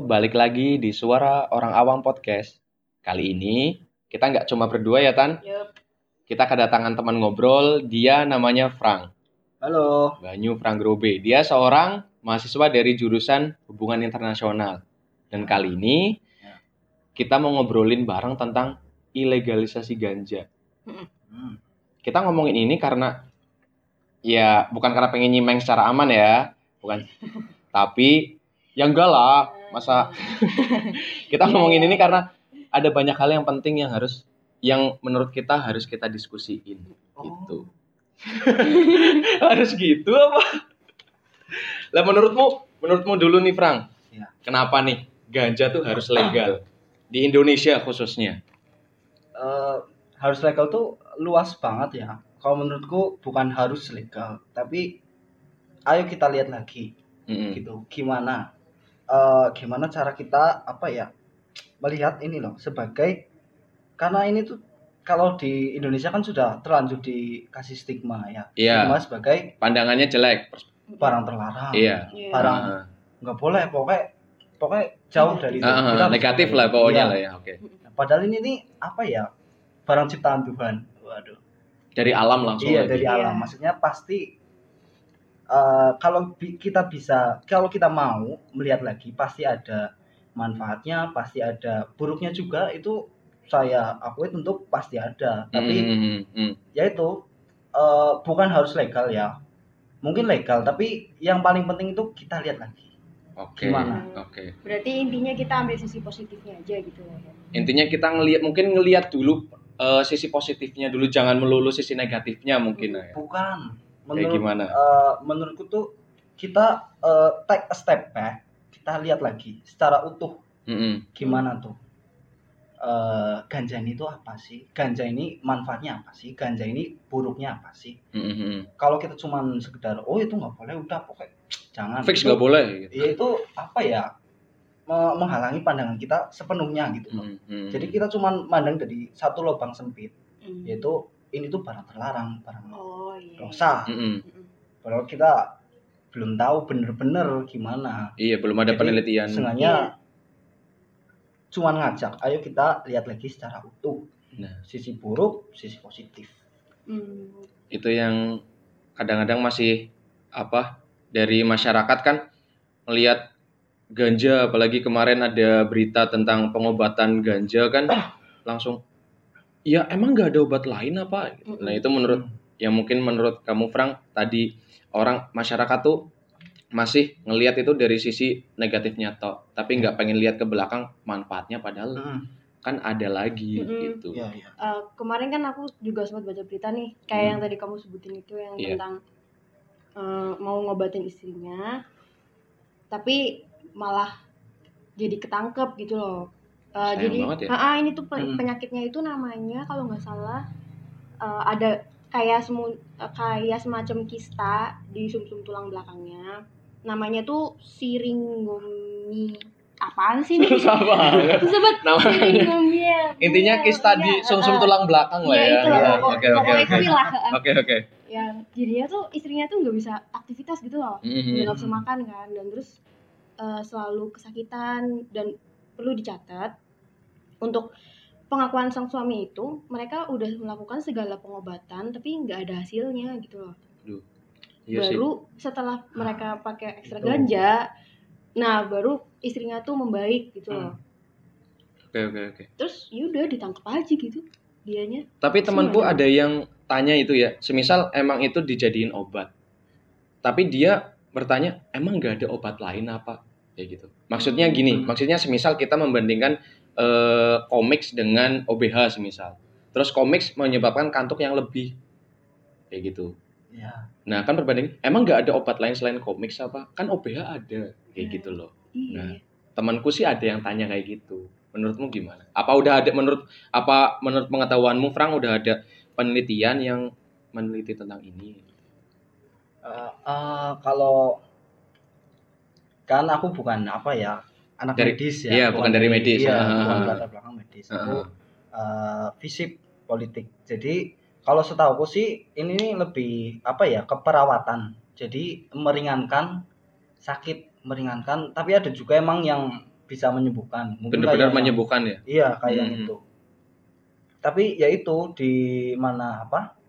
balik lagi di Suara Orang Awam Podcast. Kali ini kita nggak cuma berdua ya, Tan? Yup. Kita kedatangan teman ngobrol, dia namanya Frank. Halo. Banyu Frank Grobe. Dia seorang mahasiswa dari jurusan Hubungan Internasional. Dan kali ini kita mau ngobrolin bareng tentang ilegalisasi ganja. Kita ngomongin ini karena ya bukan karena pengen nyimeng secara aman ya, bukan. Tapi ya enggak lah, masa kita ngomongin ini karena ada banyak hal yang penting yang menurut kita harus kita diskusiin gitu. Harus gitu apa? Lah menurutmu dulu nih Frank. Ya. Kenapa nih ganja tuh harus legal di Indonesia khususnya? Harus legal tuh luas banget ya. Kalau menurutku bukan harus legal, tapi ayo kita lihat lagi. Gitu. Gimana cara kita melihat ini loh sebagai, karena ini tuh kalau di Indonesia kan sudah terlanjur dikasih stigma ya. Iya. Stigma sebagai Pandangannya jelek. barang terlarang. Iya. Barang nggak boleh, pokoknya jauh dari itu. Kita harus negatif boleh. lah pokoknya Iya. lah ya, oke. Padahal ini barang ciptaan Tuhan. Waduh. Dari alam langsung. Iya, lagi. dari alam. Maksudnya pasti kalau kita mau melihat lagi pasti ada manfaatnya, pasti ada buruknya juga. Itu saya akui tentu pasti ada. Tapi ya itu bukan harus legal ya. Mungkin legal, tapi yang paling penting itu kita lihat lagi. Oke. Gimana? Oke. Berarti intinya kita ambil sisi positifnya aja gitu ya. Intinya kita ngelihat dulu sisi positifnya dulu, jangan melulu sisi negatifnya mungkin ya. Bukan. Kayak gimana? Menurutku tuh kita take a step back, kita lihat lagi secara utuh. Gimana tuh ganja ini tuh apa sih? Ganja ini manfaatnya apa sih? Ganja ini buruknya apa sih? Kalau kita cuman sekedar itu nggak boleh, udah pokoknya jangan. Fix nggak boleh. Gitu. Ya itu menghalangi pandangan kita sepenuhnya gitu loh. Jadi kita cuman mandang dari satu lubang sempit, yaitu ini tuh barang terlarang, barang dosa. Padahal kita belum tahu bener-bener gimana. Iya, belum ada penelitian. Sengaja cuman ngajak, ayo kita lihat lagi secara utuh. Nah, sisi buruk, sisi positif. Itu yang kadang-kadang masih dari masyarakat kan melihat ganja, apalagi kemarin ada berita tentang pengobatan ganja kan langsung ya emang nggak ada obat lain apa? Nah itu mungkin menurut kamu Frank tadi, orang masyarakat tuh masih ngelihat itu dari sisi negatifnya tapi nggak pengen lihat ke belakang manfaatnya, padahal kan ada lagi gitu. Ya. Kemarin kan aku juga sempat baca berita nih, kayak yang tadi kamu sebutin itu yang tentang mau ngobatin istrinya, tapi malah jadi ketangkep gitu loh. Jadi ini tuh penyakitnya itu namanya kalau nggak salah ada kayak semacam kista di sumsum tulang belakangnya. Namanya tuh siringomi. Apaan sih nih? Sobat. Namanya. Intinya kista di sumsum tulang belakang lah ya. Oke. Oke. Ya, jadinya tuh istrinya tuh nggak bisa aktivitas gitu loh. Nggak bisa makan kan, dan terus selalu kesakitan. Dan perlu dicatat, untuk pengakuan sang suami itu, mereka udah melakukan segala pengobatan tapi nggak ada hasilnya gitu loh. Iya baru sih. Setelah mereka pakai ekstra ganja, nah baru istrinya tuh membaik gitu loh. Oke. Terus yaudah ditangkap aja gitu dianya. Tapi temanku ada yang tanya itu ya, semisal emang itu dijadiin obat, tapi dia bertanya emang nggak ada obat lain apa kayak gitu. Maksudnya gini, maksudnya semisal kita membandingkan Comix dengan OBH semisal, terus Comix menyebabkan kantuk yang lebih kayak gitu. Ya. Nah kan perbandingan, emang nggak ada obat lain selain Comix apa? Kan OBH ada kayak gitu loh. Nah temanku sih ada yang tanya kayak gitu. Menurutmu gimana? Apa udah ada menurut pengetahuanmu Frank udah ada penelitian yang meneliti tentang ini? Kalau kan aku bukan anak medis ya. Iya, bukan dari medis. Bukan latar belakang medis. Aku fisip politik. Jadi kalau setahuku sih ini lebih keperawatan. Jadi meringankan sakit, tapi ada juga emang yang bisa menyembuhkan. Benar-benar menyembuhkan ya. Iya, kayak yang itu. Tapi ya itu di mana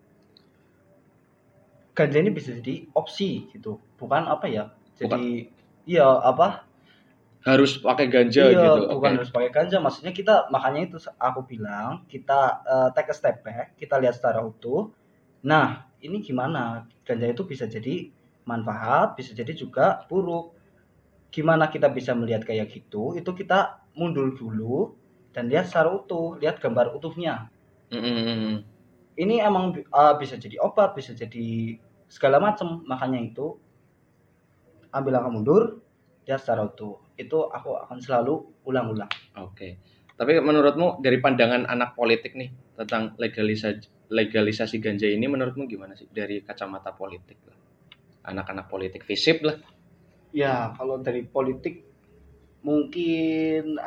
ganja ini bisa jadi opsi gitu. Bukan jadi iya harus pakai ganja iya, gitu. Bukan harus pakai ganja, maksudnya kita, makanya itu aku bilang kita take a step back, kita lihat secara utuh. Nah, ini gimana ganja itu bisa jadi manfaat, bisa jadi juga buruk. Gimana kita bisa melihat kayak gitu? Itu kita mundur dulu dan lihat secara utuh, lihat gambar utuhnya. Ini emang bisa jadi obat, bisa jadi segala macam. Makanya itu ambil langkah mundur, lihat secara utuh. Itu aku akan selalu ulang-ulang. Oke. Tapi menurutmu dari pandangan anak politik nih tentang legalisasi ganja ini, menurutmu gimana sih dari kacamata politik lah? Anak-anak politik visip lah. Ya, kalau dari politik mungkin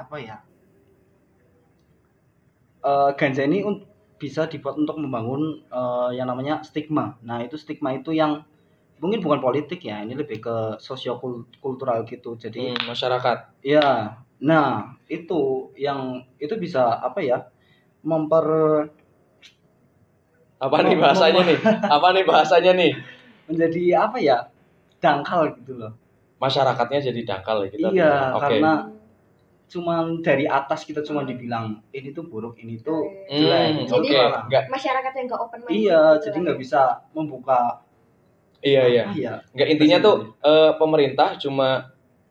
ganja ini bisa dibuat untuk membangun yang namanya stigma. Nah, itu stigma itu yang mungkin bukan politik ya, ini lebih ke sosiokultural gitu. Jadi masyarakat. Ya, nah itu yang itu bisa apa nih bahasanya nih? Menjadi dangkal gitu loh. Masyarakatnya jadi dangkal ya kita. Iya, karena cuman dari atas kita cuma dibilang ini tuh buruk, ini tuh jelek. Jadi masyarakat yang nggak open mind. Iya, jadi nggak bisa membuka. Iya. Nggak, intinya tuh pemerintah cuma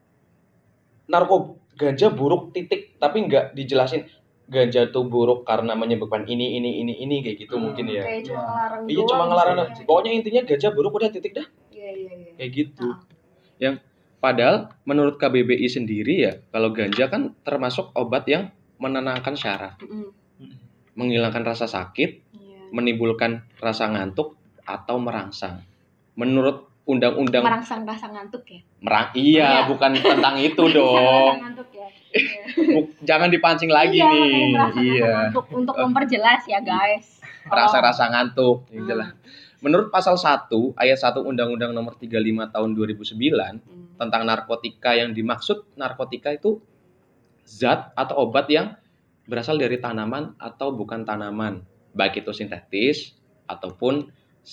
ganja buruk titik, tapi nggak dijelasin ganja tuh buruk karena menyebabkan ini kayak gitu mungkin ya. Kayak cuma ngelarang. Iya, cuma ngelarang. Pokoknya intinya ganja buruk udah titik dah. Iya. Kayak gitu. Yang padahal menurut KBBI sendiri ya, kalau ganja kan termasuk obat yang menenangkan syaraf, menghilangkan rasa sakit, menimbulkan rasa ngantuk atau merangsang. Menurut undang-undang merangsang rasa ngantuk ya? Iya, bukan tentang itu dong. Ngantuk ya. Jangan dipancing lagi nih. Iya. Untuk memperjelas ya guys. Rasa ngantuk, jelas. Menurut pasal 1 ayat 1 Undang-Undang Nomor 35 Tahun 2009 tentang narkotika, yang dimaksud narkotika itu zat atau obat yang berasal dari tanaman atau bukan tanaman, baik itu sintetis ataupun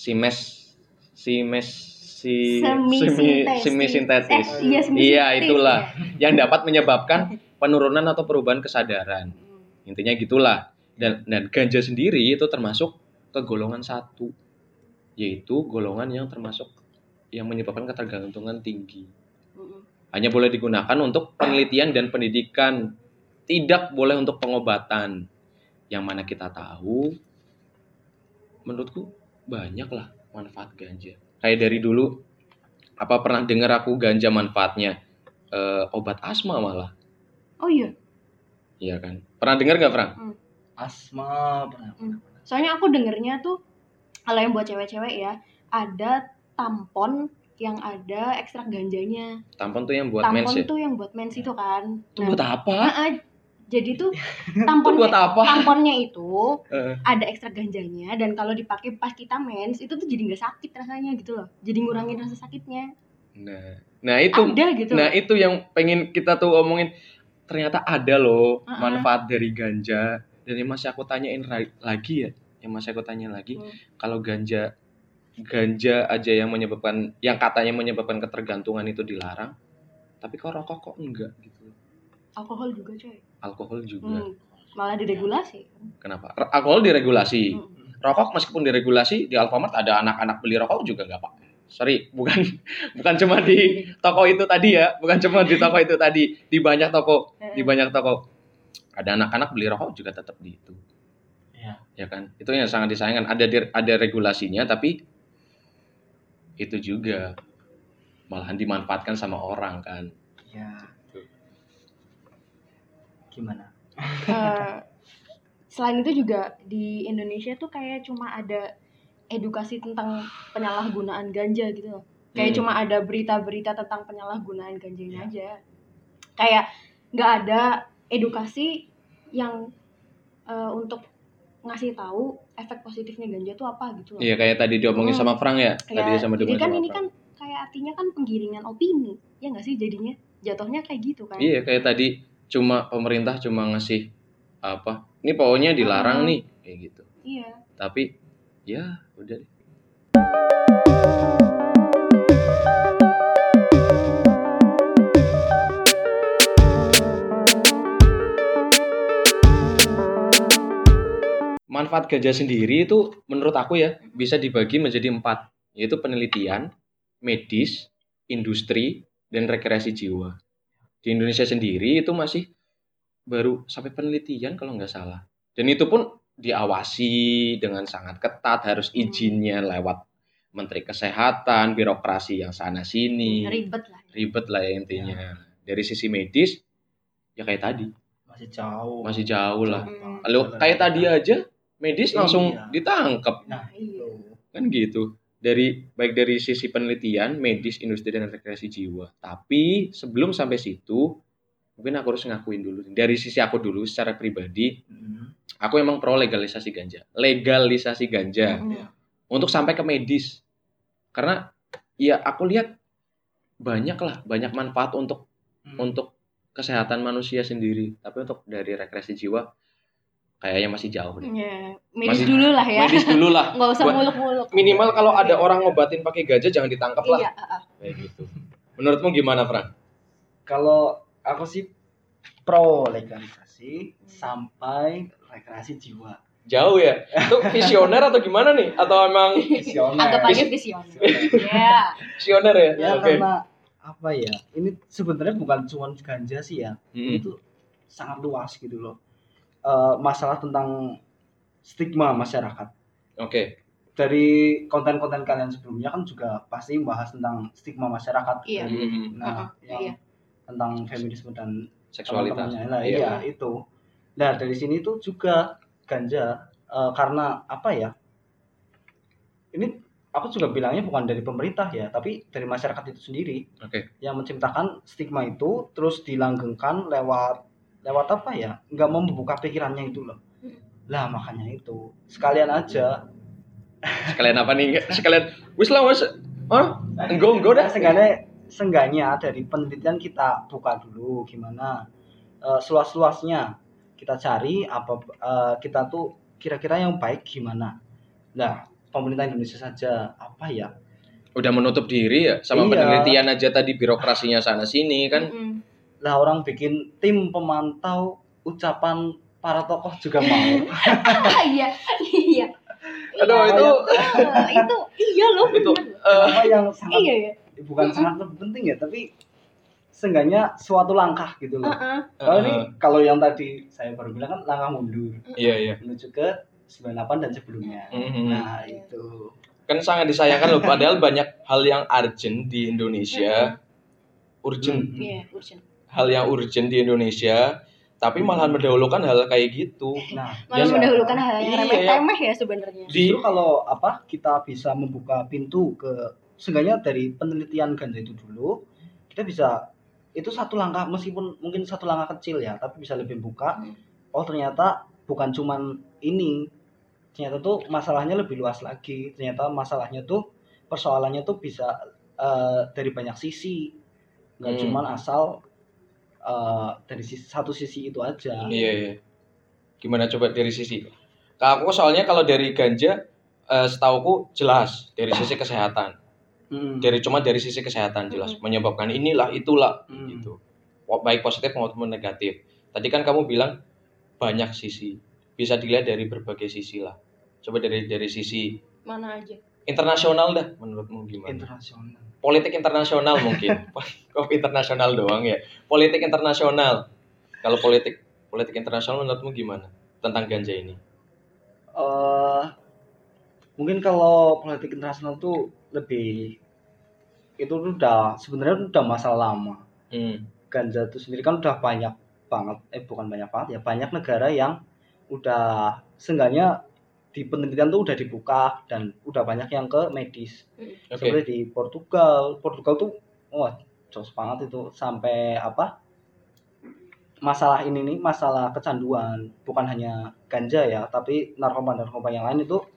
semi-sintetis. Iya, itulah yang dapat menyebabkan penurunan atau perubahan kesadaran. Intinya gitulah. Dan ganja sendiri itu termasuk ke golongan 1, yaitu golongan yang termasuk yang menyebabkan ketergantungan tinggi. Hanya boleh digunakan untuk penelitian dan pendidikan, tidak boleh untuk pengobatan. Yang mana kita tahu, menurutku banyak lah manfaat ganja. Kayak dari dulu, pernah dengar aku ganja manfaatnya obat asma malah. Oh iya? Iya kan? Pernah dengar gak, Frank? Asma pernah. Soalnya aku dengernya tuh, kalau yang buat cewek-cewek ya, ada tampon yang ada ekstrak ganjanya. Tampon tuh yang buat mens ya? Tampon tuh yang buat mens itu kan. Itu buat apa? Jadi tuh tamponnya itu ada ekstrak ganjanya, dan kalau dipakai pas kita mens itu tuh jadi nggak sakit rasanya gitu loh. Jadi ngurangin rasa sakitnya. Nah itu. Ada gitu. Nah itu yang pengen kita tuh omongin. Ternyata ada loh manfaat dari ganja. Dan yang masih aku tanyain lagi ya. Kalau ganja aja yang katanya menyebabkan ketergantungan itu dilarang, tapi kok rokok kok enggak gitu. Alkohol juga coy. Alkohol juga. Malah diregulasi. Kenapa? Alkohol diregulasi. Rokok meskipun diregulasi, di Alfamart ada anak-anak beli rokok juga enggak, Pak. Sorry, bukan cuma di toko itu tadi ya, di banyak toko ada anak-anak beli rokok juga tetap di itu. Ya kan? Itu yang sangat disayangkan. Ada regulasinya, tapi itu juga malahan dimanfaatkan sama orang kan. Ya. Gimana? Selain itu juga di Indonesia tuh kayak cuma ada edukasi tentang penyalahgunaan ganja gitu loh. Kayak cuma ada berita-berita tentang penyalahgunaan ganjanya aja. Kayak nggak ada edukasi yang untuk ngasih tahu efek positifnya ganja tuh apa gitu loh. Iya, kayak tadi diomongin sama Frank ya. Jadi kan ini kan kayak artinya kan penggiringan opini. Ya nggak sih jadinya? Jatuhnya kayak gitu kan. Iya, kayak tadi pemerintah cuma ngasih apa? Ini pokoknya dilarang nih kayak gitu. Iya. Tapi ya udah. Manfaat ganja sendiri itu menurut aku ya bisa dibagi menjadi 4, yaitu penelitian, medis, industri, dan rekreasi jiwa. Di Indonesia sendiri itu masih baru sampai penelitian kalau nggak salah. Dan itu pun diawasi dengan sangat ketat, harus izinnya lewat Menteri Kesehatan, birokrasi yang sana sini. Ribet lah ya intinya. Dari sisi medis ya kayak tadi. Masih jauh lah. Kalau kayak tadi aja medis langsung ditangkap. Nah, kan gitu. Baik dari sisi penelitian, medis, industri, dan rekreasi jiwa. Tapi sebelum sampai situ, mungkin aku harus ngakuin dulu. Dari sisi aku dulu, secara pribadi, aku emang pro legalisasi ganja. Untuk sampai ke medis. Karena ya aku lihat banyak manfaat untuk kesehatan manusia sendiri. Tapi untuk dari rekreasi jiwa, kayaknya masih jauh deh. Medis dulu lah ya. Medis dulu lah. Nggak usah muluk-muluk. Minimal kalau ada orang ngobatin pakai ganja jangan ditangkap lah. Iya. Kayak gitu. Menurutmu gimana, Frank? Kalau aku sih pro legalisasi sampai rekreasi jiwa. Jauh ya? Itu visioner atau gimana nih? Atau emang Visioner? Anggap aja visioner. Ya. Visioner ya? Ya karena apa ya? Ini sebenarnya bukan cuma ganja sih ya. Ini tuh sangat luas gitu loh. Masalah tentang stigma masyarakat. Oke. Dari konten-konten kalian sebelumnya kan juga pasti membahas tentang stigma masyarakat. Iya. Yang tentang feminisme dan seksualitas. Iya itu. Nah dari sini tuh juga ganja karena apa ya? Ini aku juga bilangnya bukan dari pemerintah ya, tapi dari masyarakat itu sendiri. Yang menciptakan stigma itu terus dilanggengkan lewat apa ya? Nggak mau membuka pikirannya itu loh. Lah makanya itu sekalian aja. Sekalian apa nih? Sekalian wis lah wis. Enggak dah. Seenggaknya dari penelitian kita buka dulu gimana seluas-luasnya kita cari apa kita tuh kira-kira yang baik gimana. Nah pemerintah Indonesia saja apa ya? Udah menutup diri ya sama penelitian aja tadi birokrasinya sana sini kan. Lah orang bikin tim pemantau ucapan para tokoh juga mau. Iya. Aduh itu iya loh. Itu apa yang sangat iya. Bukan sangat penting ya, tapi seenggaknya suatu langkah gitu loh. Kalau yang tadi saya baru bilang kan langkah mundur. Iya. Menuju ke 98 dan sebelumnya. Nah, itu. Kan sangat disayangkan loh padahal banyak hal yang urgent di Indonesia. Urgent. Hal yang urgent di Indonesia, tapi malah mendahulukan hal kayak gitu. Nah, malah mendahulukan hal yang remeh-temeh ya sebenarnya. Justru kalau kita bisa membuka pintu ke seenggaknya dari penelitian ganja itu dulu, kita bisa itu satu langkah meskipun mungkin satu langkah kecil ya, tapi bisa lebih buka. Oh ternyata bukan cuman ini, ternyata tuh masalahnya lebih luas lagi. Ternyata masalahnya tuh persoalannya tuh bisa dari banyak sisi, nggak cuman asal dari satu sisi itu aja. Iya. Gimana coba dari sisi? Aku soalnya kalau dari ganja setauku jelas dari sisi kesehatan. Dari sisi kesehatan jelas menyebabkan inilah itulah gitu. Baik positif maupun negatif. Tadi kan kamu bilang banyak sisi. Bisa dilihat dari berbagai sisi lah. Coba dari sisi mana aja? Internasional dah menurutmu gimana? Internasional. Politik internasional mungkin. Kok internasional doang ya? Politik internasional. Kalau politik internasional menurutmu gimana tentang ganja ini? Mungkin kalau politik internasional tuh lebih itu sebenarnya udah masalah lama. Ganja itu sendiri kan udah banyak banget, bukan banyak banget ya, banyak negara yang udah seenggaknya di penelitian tuh udah dibuka dan udah banyak yang ke medis. Seperti di Portugal tuh jauh banget itu sampai masalah ini nih, masalah kecanduan bukan hanya ganja ya, tapi narkoba yang lain itu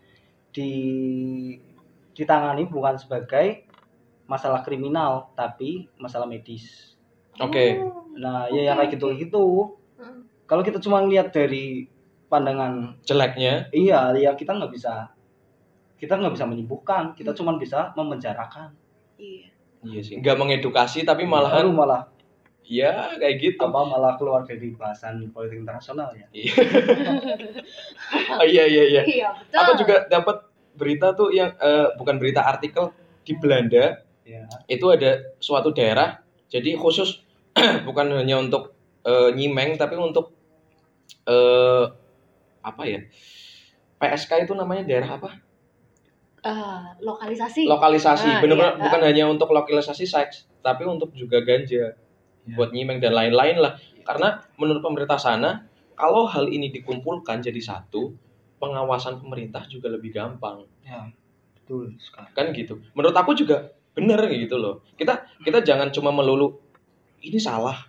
ditangani bukan sebagai masalah kriminal tapi masalah medis. Oke. Nah, ya yang kayak gitu. Kalau kita cuma lihat dari pandangan Jeleknya, iya, ya kita nggak bisa menyembuhkan, kita cuma bisa memenjarakan. iya sih. Nggak mengedukasi tapi Baru malahan, malah ya kayak gitu. malah keluar dari bahasan politik internasional ya. Iya. Oh, iya. Iya, betul. Aku juga dapat berita tuh yang bukan berita, artikel di Belanda. Ya. Itu ada suatu daerah, jadi khusus bukan hanya untuk nyimeng tapi untuk apa ya? PSK itu namanya daerah apa? Lokalisasi. Lokalisasi, benar-benar iya. bukan hanya untuk lokalisasi seks, tapi untuk juga ganja, buat nyimeng dan lain-lain lah. Karena menurut pemerintah sana, kalau hal ini dikumpulkan jadi satu, pengawasan pemerintah juga lebih gampang. Ya, betul sekali. Kan gitu. Menurut aku juga bener gitu loh. Kita jangan cuma melulu ini salah,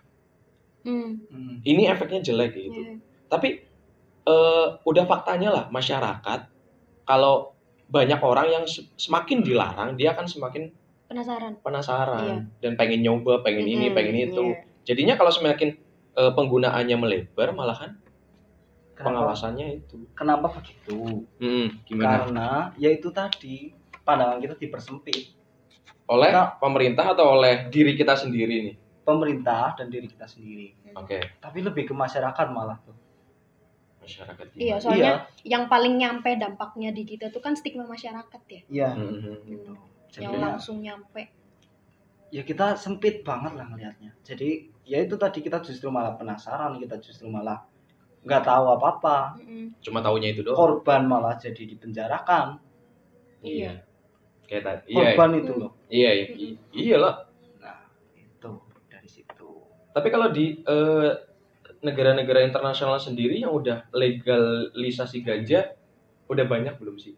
ini efeknya jelek gitu. Tapi udah faktanya lah, masyarakat kalau banyak orang yang semakin dilarang, dia akan semakin penasaran dan pengen nyoba, pengen ini, pengen itu. Jadinya kalau semakin penggunaannya melebar, malahan pengawasannya itu. Kenapa begitu? Gimana? Karena ya itu tadi, pandangan kita dipersempit oleh pemerintah atau oleh diri kita sendiri nih? Pemerintah dan diri kita sendiri. Oke. Tapi lebih ke masyarakat malah tuh. Masyarakat gimana? Iya, soalnya yang paling nyampe dampaknya di kita tuh kan stigma masyarakat ya. Iya. Gitu. Jadi Yang langsung nyampe. Ya kita sempit banget lah ngelihatnya. Jadi ya itu tadi, kita justru malah penasaran, kita justru malah nggak tahu apa-apa. Cuma taunya itu doang. Korban malah jadi dipenjarakan. Iya. Kayak tadi. Korban itu loh. Iyalah. Nah, itu dari situ. Tapi kalau di negara-negara internasional sendiri yang udah legalisasi ganja, udah banyak belum sih?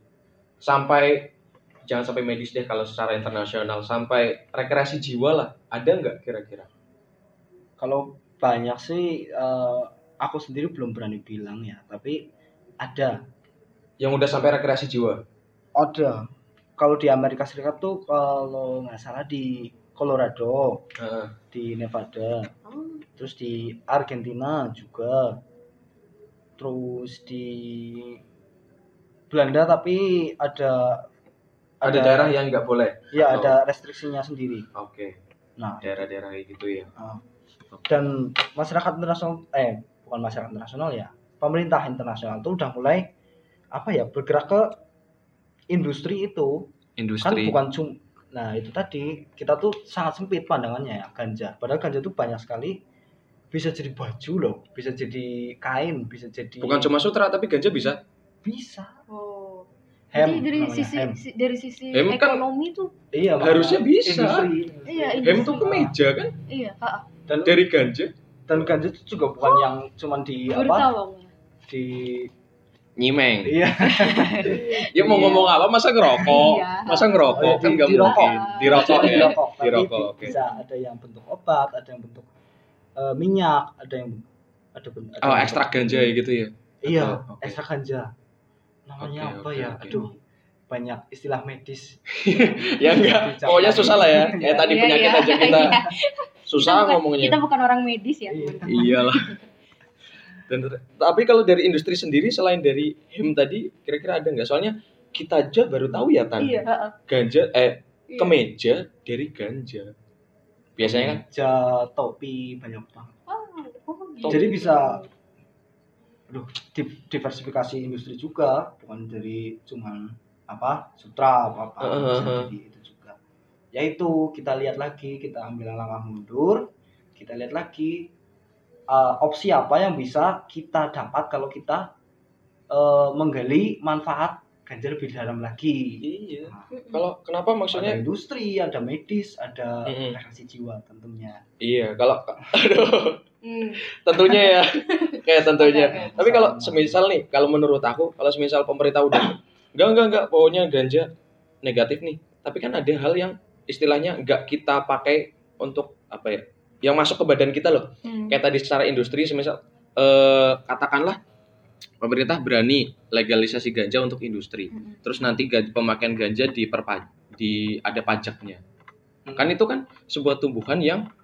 Jangan sampai medis deh, kalau secara internasional, sampai rekreasi jiwa lah, ada nggak kira-kira? Kalau banyak sih, aku sendiri belum berani bilang ya, tapi ada. Yang udah sampai rekreasi jiwa? Ada. Kalau di Amerika Serikat tuh, kalau nggak salah di Colorado, di Nevada, terus di Argentina juga, terus di Belanda, tapi ada daerah yang nggak boleh? Iya, ada restriksinya sendiri. Oke. Nah, daerah-daerah kayak gitu ya. Dan masyarakat internasional, bukan masyarakat internasional ya, pemerintah internasional tuh udah mulai bergerak ke industri itu. Kan bukan cuma, nah itu tadi kita tuh sangat sempit pandangannya ya, ganja. Padahal ganja tuh banyak sekali, bisa jadi baju loh, bisa jadi kain, bisa jadi. Bukan cuma sutra, tapi ganja bisa. Jadi dari sisi ekonomi tuh iya, harusnya bisa. Industri. Iya, tuh kemeja kan? Iya, Dan dari ganja. Dan ganja itu juga bukan yang cuman di di nyimeng. Iya. Ya mau ngomong apa, masa ngerokok? Masa ngerokok kan enggak mungkin. Dirokok ya. Dirokok. Oke. Bisa ada yang bentuk obat, ada yang bentuk minyak, ada yang bentuk ekstrak ganja gitu ya. Iya, ekstrak ganja. Namanya apa ya? Aduh, banyak istilah medis. Ya enggak. Pokoknya susah lah ya. Kayak tadi penyakit aja kita. Susah ngomongnya. Kita bukan orang medis ya, teman-teman. Iyalah. Tapi kalau dari industri sendiri, selain dari hemp tadi, kira-kira ada nggak? Soalnya kita aja baru tahu ya, Tan. Ganja, kemeja dari ganja. Biasanya kan? Kemeja, topi, banyak banget. Jadi bisa, diversifikasi industri juga, bukan dari cuman sutra apa bisa jadi itu juga. Yaitu kita lihat lagi, kita ambil langkah mundur, kita lihat lagi opsi apa yang bisa kita dapat kalau kita menggali manfaat ganja lebih dalam lagi. Iya. Kalau kenapa maksudnya? Ada industri, ada medis, ada rekreasi jiwa tentunya. Iya, kalau tentunya ya, kayak tentunya. Tapi kalau semisal nih, kalau menurut aku, kalau semisal pemerintah udah enggak, pokoknya ganja negatif nih. Tapi kan ada hal yang istilahnya enggak kita pakai untuk apa ya? Yang masuk ke badan kita loh. Kayak tadi secara industri, semisal katakanlah pemerintah berani legalisasi ganja untuk industri. Terus nanti pemakaian ganja ada pajaknya. Kan itu kan sebuah tumbuhan yang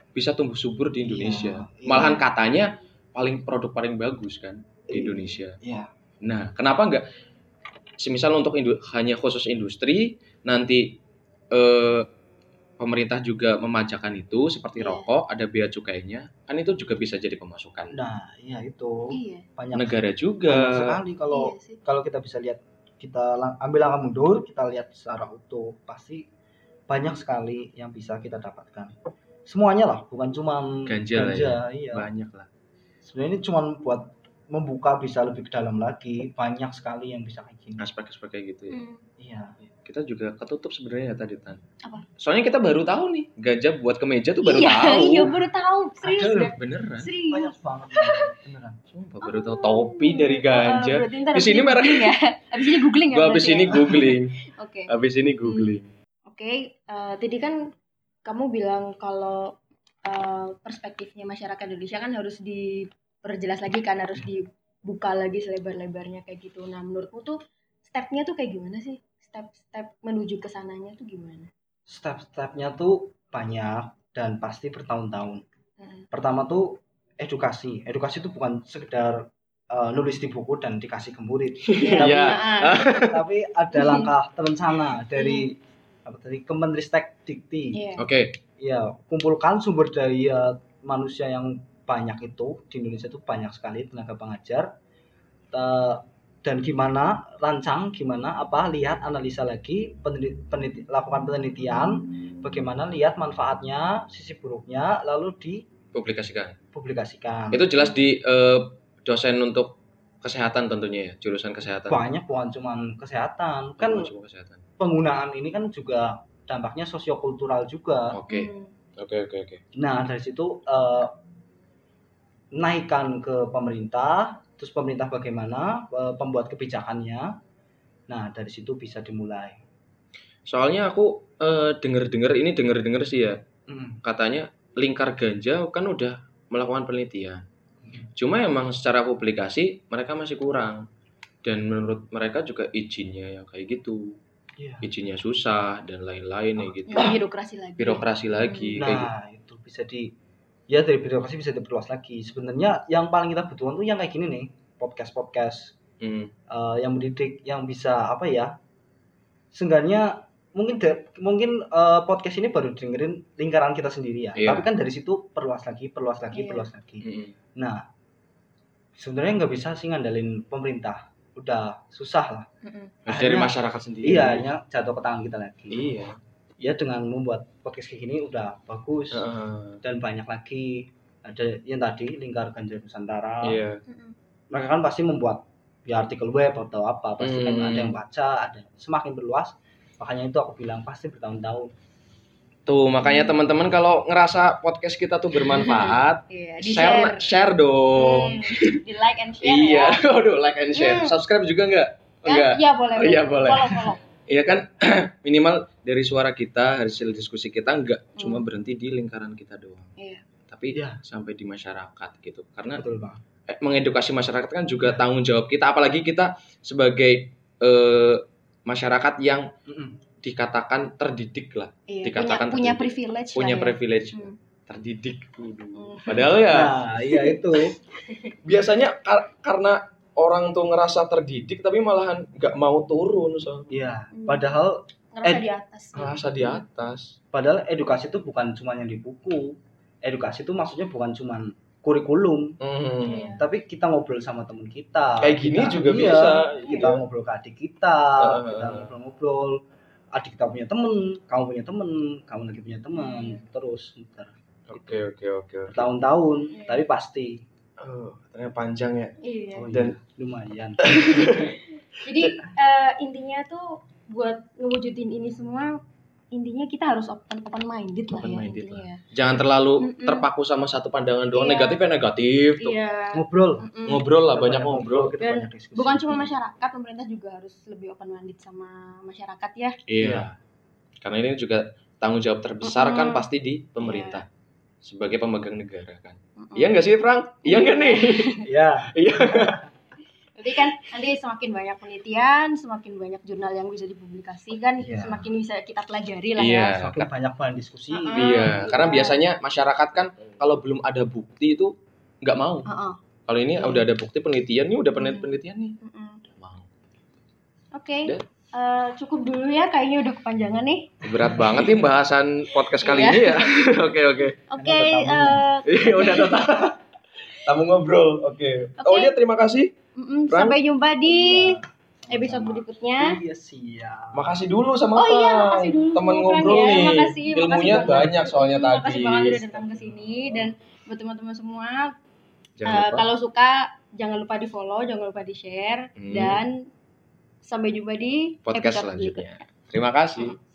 bisa tumbuh subur di Indonesia. Iya. Malahan katanya produk paling bagus kan di Indonesia. Iya. Nah, kenapa enggak semisal untuk hanya khusus industri, nanti pemerintah juga memajakan itu seperti rokok, ada bea cukainya, kan itu juga bisa jadi pemasukan. Nah, iya itu. Iya. Banyak Negara juga. banyak sekali kalau kita bisa lihat, kita ambil langkah mundur, kita lihat secara utuh, pasti banyak sekali yang bisa kita dapatkan. Semuanya lah, bukan cuma ganja ya. Iya. Banyak lah. Sebenarnya ini cuma buat membuka bisa lebih ke dalam lagi, banyak sekali yang bisa kayak gini. Aspek-aspek kayak gitu ya. Iya. Kita juga ketutup sebenarnya tadi Tan. Apa? Soalnya kita baru tahu nih, ganja buat ke meja tuh baru tahu. Iya, baru tahu. Serius deh. Beneran. Serius. Banyak banget. Beneran. Sumpah baru tahu topi dari ganja. Di sini mereknya ya. Abis ini googling ya. Gua abis ini googling. Oke. Abis ini googling. Oke, tadi kan kamu bilang kalau perspektifnya masyarakat Indonesia kan harus diperjelas lagi kan, harus dibuka lagi selebar-lebarnya kayak gitu. Nah, menurutmu tuh stepnya tuh kayak gimana sih? Step menuju ke sananya tuh gimana? Step-stepnya tuh banyak dan pasti bertahun-tahun. Pertama tuh edukasi. Edukasi itu bukan sekedar nulis di buku dan dikasih ke murid. Tapi ada langkah terencana dari Kemenristek Dikti. Oke. Ya, kumpulkan sumber daya manusia yang banyak itu di Indonesia itu banyak sekali tenaga pengajar. Dan lihat, analisa lagi, lakukan penelitian, bagaimana lihat manfaatnya, sisi buruknya, lalu publikasikan. Itu jelas di dosen untuk kesehatan tentunya ya, jurusan kesehatan. Banyak, bukan cuma kesehatan, kan penggunaan ini kan juga dampaknya sosiokultural juga. Oke. Nah, dari situ naikkan ke pemerintah. Terus pemerintah bagaimana pembuat kebijakannya. Nah, dari situ bisa dimulai. Soalnya aku dengar sih ya. Katanya Lingkar Ganja kan udah melakukan penelitian. Cuma emang secara publikasi mereka masih kurang. Dan menurut mereka juga izinnya yang kayak gitu. Izinnya susah dan lain-lain kayak gitu. Birokrasi lagi. Nah, itu bisa dari birokrasi bisa diperluas lagi. Sebenarnya yang paling kita butuhkan tuh yang kayak gini nih, podcast yang mendidik, yang bisa seenggaknya mungkin podcast ini baru dengerin lingkaran kita sendiri ya. Tapi kan dari situ perluas lagi. Nah, sebenarnya nggak bisa sih ngandalin pemerintah, udah susah lah. Dari masyarakat sendiri. Iya, jatuh ke tangan kita lagi. Iya. Ya, dengan membuat podcast kayak gini udah bagus. Dan banyak lagi, ada yang tadi Lingkar Ganja Nusantara. Mereka kan pasti membuat artikel web atau apa, pasti kan ada yang baca, ada semakin berluas. Makanya itu aku bilang pasti bertahun-tahun. Tuh, makanya teman-teman kalau ngerasa podcast kita tuh bermanfaat, share dong. Di like and share. Iya, like and share. Subscribe juga enggak? Iya, boleh. Iya, boleh. Follow. Iya kan, minimal dari suara kita, hasil diskusi kita nggak cuma berhenti di lingkaran kita doang. Iya. Tapi sampai di masyarakat gitu. Karena betul, Bang. Mengedukasi masyarakat kan juga tanggung jawab kita. Apalagi kita sebagai masyarakat yang dikatakan terdidik lah. Dikatakan punya privilege. Terdidik. Padahal ya. Nah, iya itu. Biasanya karena orang tuh ngerasa terdidik tapi malahan nggak mau turun Iya, padahal ngerasa di atas. Padahal edukasi itu bukan cuma yang di buku. Edukasi itu maksudnya bukan cuma kurikulum. Tapi kita ngobrol sama teman kita. Kayak gini juga bisa. Kita ngobrol ke adik kita, kita ngobrol. Adik kita punya teman, kamu punya teman, kamu lagi punya teman, terus muter. Oke. Bertahun-tahun, tapi pasti. Ternyata panjang ya. Iya. Dan lumayan. Jadi intinya tuh buat ngewujudin ini semua, intinya kita harus open minded lah ya intinya. Jangan terlalu terpaku sama satu pandangan doang. Negatif. Iya. Ngobrol lah, banyak ngobrol. Dan bukan cuma masyarakat, pemerintah juga harus lebih open minded sama masyarakat ya. Iya. Karena ini juga tanggung jawab terbesar kan pasti di pemerintah. Sebagai pemegang negara kan. Iya nggak sih, Frank? Iya nggak nih? Iya. Berarti kan nanti semakin banyak penelitian, semakin banyak jurnal yang bisa dipublikasikan, semakin bisa kita pelajari lah ya. Semakin banyak bahan diskusi. Karena biasanya masyarakat kan kalau belum ada bukti itu nggak mau. Kalau ini udah ada bukti penelitian nih, udah penelitian nih. Mau. Oke. Cukup dulu ya, kayaknya udah kepanjangan nih. Berat banget nih bahasan podcast kali ini ya. Oke. Udah tetap. Tamu ngobrol. Oke. Oh iya, terima kasih. Sampai jumpa di episode berikutnya. Iya, siap. Makasih dulu sama makasih dulu teman ngobrol ya. nih. Makasih Ilmunya banyak soalnya tadi. Makasih banget udah datang ke sini, dan buat teman-teman semua, kalau suka jangan lupa di-follow, jangan lupa di-share, dan sampai jumpa di podcast episode selanjutnya. Terima kasih.